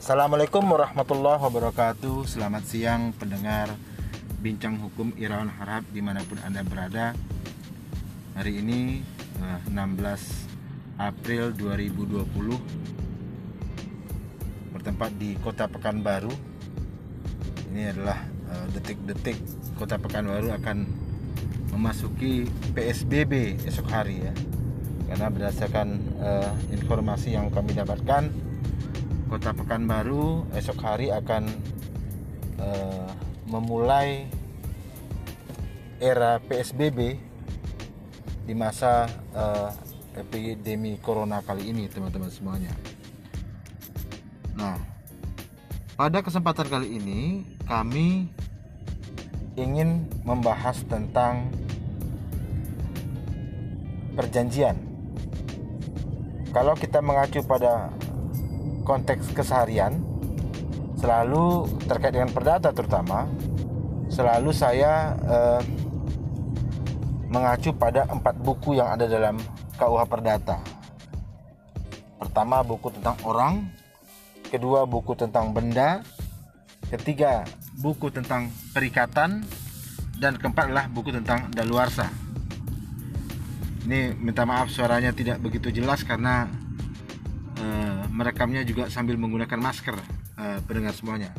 Assalamualaikum warahmatullahi wabarakatuh. Selamat siang pendengar Bincang Hukum Irawan Harhab dimanapun Anda berada. Hari ini 16 April 2020, bertempat di Kota Pekanbaru. Ini adalah detik-detik Kota Pekanbaru akan memasuki PSBB esok hari ya. Karena berdasarkan informasi yang kami dapatkan, Kota Pekanbaru esok hari akan memulai era PSBB di masa epidemi corona kali ini, teman-teman semuanya. Nah, pada kesempatan kali ini kami ingin membahas tentang perjanjian. Kalau kita mengacu pada konteks keseharian, selalu terkait dengan perdata terutama, selalu saya mengacu pada 4 buku yang ada dalam KUH Perdata. Pertama, buku tentang orang. Kedua, buku tentang benda. Ketiga, buku tentang perikatan. Dan keempat adalah buku tentang daluarsa. Ini minta maaf suaranya tidak begitu jelas karena merekamnya juga sambil menggunakan masker, pendengar semuanya.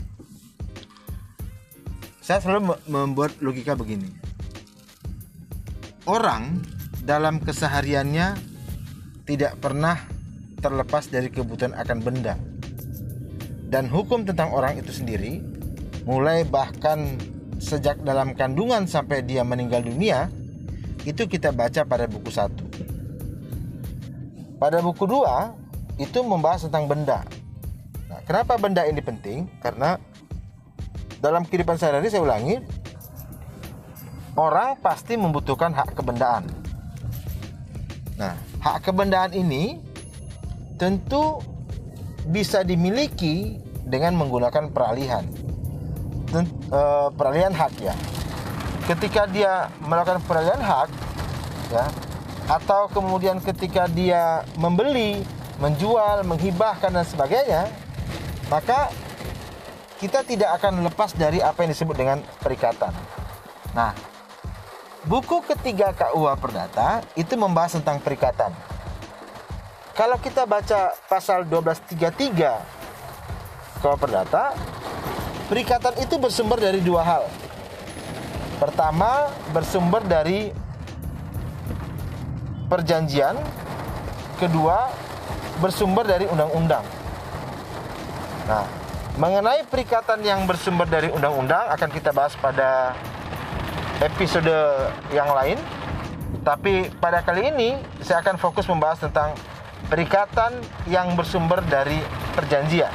Saya selalu membuat logika begini. Orang dalam kesehariannya tidak pernah terlepas dari kebutuhan akan benda. Dan hukum tentang orang itu sendiri, mulai bahkan sejak dalam kandungan sampai dia meninggal dunia, itu kita baca pada buku 1. Pada buku 2 itu membahas tentang benda. Nah, kenapa benda ini penting? Karena dalam kehidupan sehari-hari, saya ulangi, orang pasti membutuhkan hak kebendaan. Nah, hak kebendaan ini tentu bisa dimiliki dengan menggunakan peralihan. Peralihan hak ya. Ketika dia melakukan peralihan hak ya, atau kemudian ketika dia membeli, menjual, menghibahkan dan sebagainya, maka kita tidak akan lepas dari apa yang disebut dengan perikatan. Nah, buku ketiga KUH Perdata itu membahas tentang perikatan. Kalau kita baca pasal 1233 KUH Perdata, perikatan itu bersumber dari 2 hal. Pertama, bersumber dari perjanjian. Kedua, bersumber dari undang-undang. Nah, mengenai perikatan yang bersumber dari undang-undang akan kita bahas pada episode yang lain. Tapi pada kali ini saya akan fokus membahas tentang perikatan yang bersumber dari perjanjian.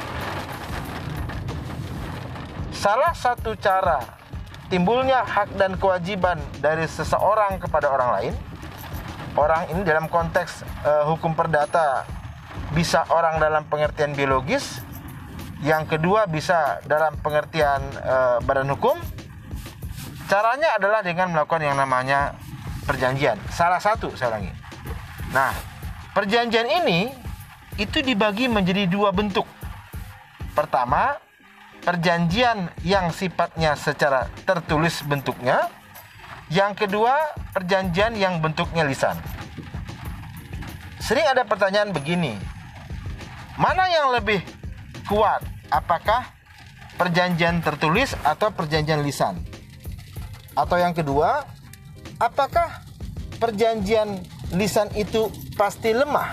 Salah satu cara timbulnya hak dan kewajiban dari seseorang kepada orang lain, orang ini dalam konteks hukum perdata bisa orang dalam pengertian biologis, yang kedua bisa dalam pengertian badan hukum. Caranya adalah dengan melakukan yang namanya perjanjian. Salah satu, saya ulangi. Nah, perjanjian ini itu dibagi menjadi 2 bentuk. Pertama, perjanjian yang sifatnya secara tertulis bentuknya. Yang kedua, perjanjian yang bentuknya lisan. Sering ada pertanyaan begini, mana yang lebih kuat? Apakah perjanjian tertulis atau perjanjian lisan? Atau yang kedua, apakah perjanjian lisan itu pasti lemah?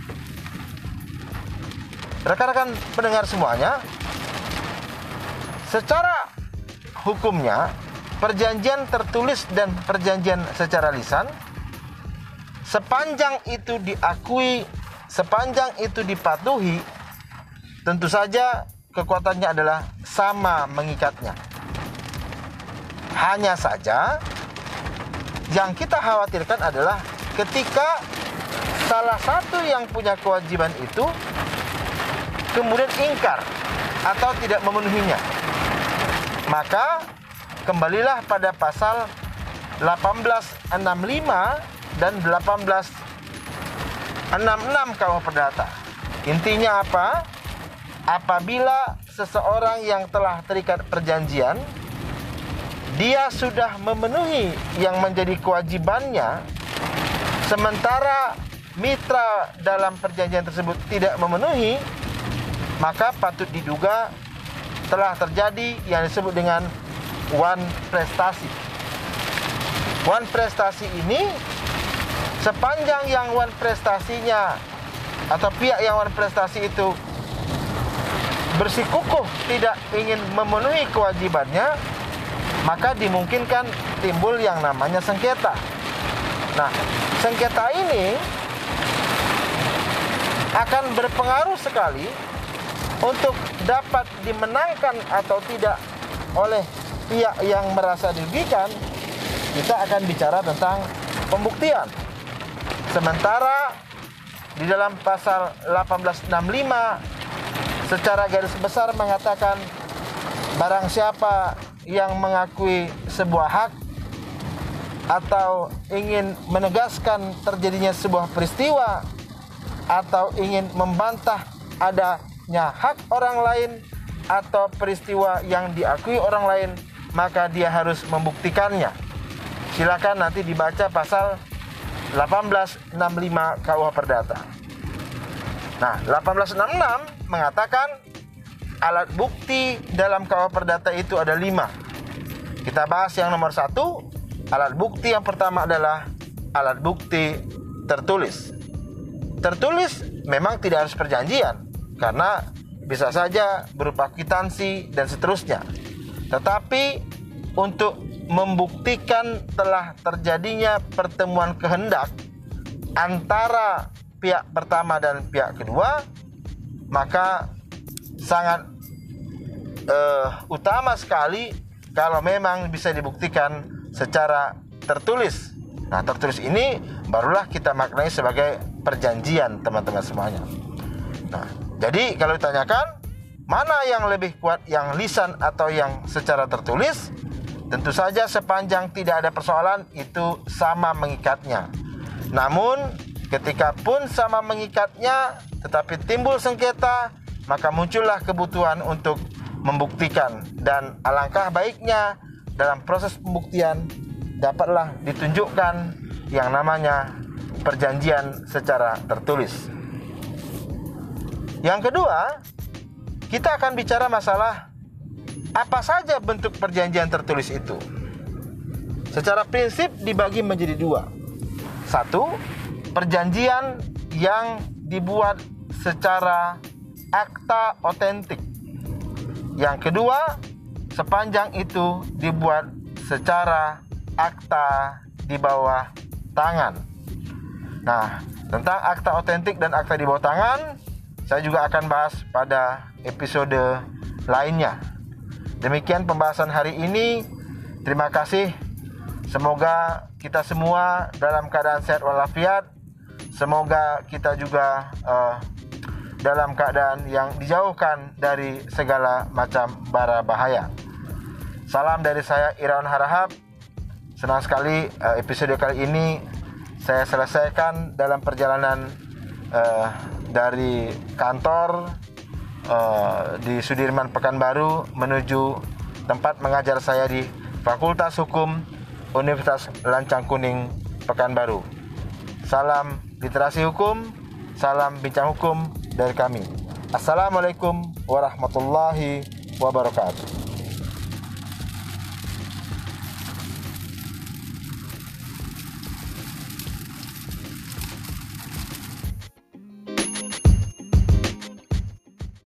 Rekan-rekan pendengar semuanya, secara hukumnya, perjanjian tertulis dan perjanjian secara lisan, sepanjang itu diakui, sepanjang itu dipatuhi, tentu saja kekuatannya adalah sama mengikatnya. Hanya saja yang kita khawatirkan adalah ketika salah satu yang punya kewajiban itu kemudian ingkar atau tidak memenuhinya. Maka kembalilah pada pasal 1865 dan 1866 KUH Perdata. Intinya apa? apabila seseorang yang telah terikat perjanjian, dia sudah memenuhi yang menjadi kewajibannya, sementara mitra dalam perjanjian tersebut tidak memenuhi, maka patut diduga telah terjadi yang disebut dengan wan prestasi. Wan prestasi ini, sepanjang yang wan prestasinya atau pihak yang wan prestasi itu bersikukuh tidak ingin memenuhi kewajibannya, maka dimungkinkan timbul yang namanya sengketa. Nah, sengketa ini akan berpengaruh sekali untuk dapat dimenangkan atau tidak oleh pihak yang merasa dirugikan. Kita akan bicara tentang pembuktian. Sementara di dalam pasal 1865 secara garis besar mengatakan barang siapa yang mengakui sebuah hak atau ingin menegaskan terjadinya sebuah peristiwa atau ingin membantah adanya hak orang lain atau peristiwa yang diakui orang lain, maka dia harus membuktikannya. Silakan nanti dibaca pasal 1865 KUH Perdata. Nah, 1866 mengatakan alat bukti dalam KUH Perdata itu ada 5. Kita bahas yang nomor 1. Alat bukti yang pertama adalah alat bukti tertulis. Tertulis memang tidak harus perjanjian, karena bisa saja berupa kwitansi dan seterusnya. Tetapi untuk membuktikan telah terjadinya pertemuan kehendak antara pihak pertama dan pihak kedua, maka sangat utama sekali kalau memang bisa dibuktikan secara tertulis. Nah, tertulis ini barulah kita maknai sebagai perjanjian, teman-teman semuanya. Nah, jadi kalau ditanyakan mana yang lebih kuat, yang lisan atau yang secara tertulis, tentu saja sepanjang tidak ada persoalan itu sama mengikatnya. Namun ketika pun sama mengikatnya tetapi timbul sengketa, maka muncullah kebutuhan untuk membuktikan, dan alangkah baiknya dalam proses pembuktian dapatlah ditunjukkan yang namanya perjanjian secara tertulis. Yang kedua, kita akan bicara masalah apa saja bentuk perjanjian tertulis itu. Secara prinsip dibagi menjadi 2. 1, perjanjian yang dibuat secara akta otentik. Yang kedua, sepanjang itu dibuat secara akta di bawah tangan. Nah, tentang akta otentik dan akta di bawah tangan saya juga akan bahas pada episode lainnya. Demikian pembahasan hari ini. Terima kasih. Semoga kita semua dalam keadaan sehat walafiat. Semoga kita juga dalam keadaan yang dijauhkan dari segala macam bara bahaya. Salam dari saya, Irawan Harahap. Senang sekali episode kali ini saya selesaikan dalam perjalanan dari kantor di Sudirman Pekanbaru menuju tempat mengajar saya di Fakultas Hukum Universitas Lancang Kuning Pekanbaru. Salam literasi hukum, salam bincang hukum dari kami. Assalamualaikum warahmatullahi wabarakatuh.